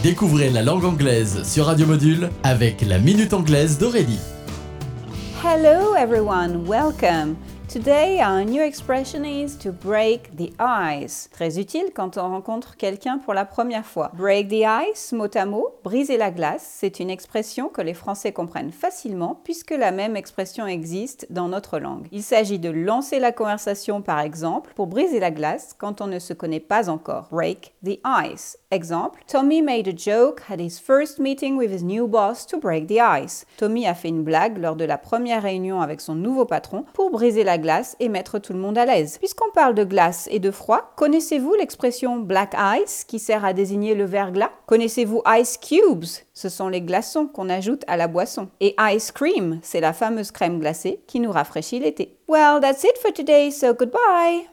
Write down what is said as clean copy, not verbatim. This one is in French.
Découvrez la langue anglaise sur Radio Module avec la Minute Anglaise d'Aurélie. Hello everyone, welcome! Today our new expression is to break the ice. Très utile quand on rencontre quelqu'un pour la première fois. Break the ice, mot à mot, briser la glace, c'est une expression que les Français comprennent facilement puisque la même expression existe dans notre langue. Il s'agit de lancer la conversation par exemple pour briser la glace quand on ne se connaît pas encore. Break the ice. Exemple, Tommy made a joke at his first meeting with his new boss to break the ice. Tommy a fait une blague lors de la première réunion avec son nouveau patron pour briser la glace et mettre tout le monde à l'aise. Puisqu'on parle de glace et de froid, connaissez-vous l'expression black ice qui sert à désigner le verglas? Connaissez-vous ice cubes? Ce sont les glaçons qu'on ajoute à la boisson. Et ice cream, c'est la fameuse crème glacée qui nous rafraîchit l'été. Well, that's it for today, so goodbye!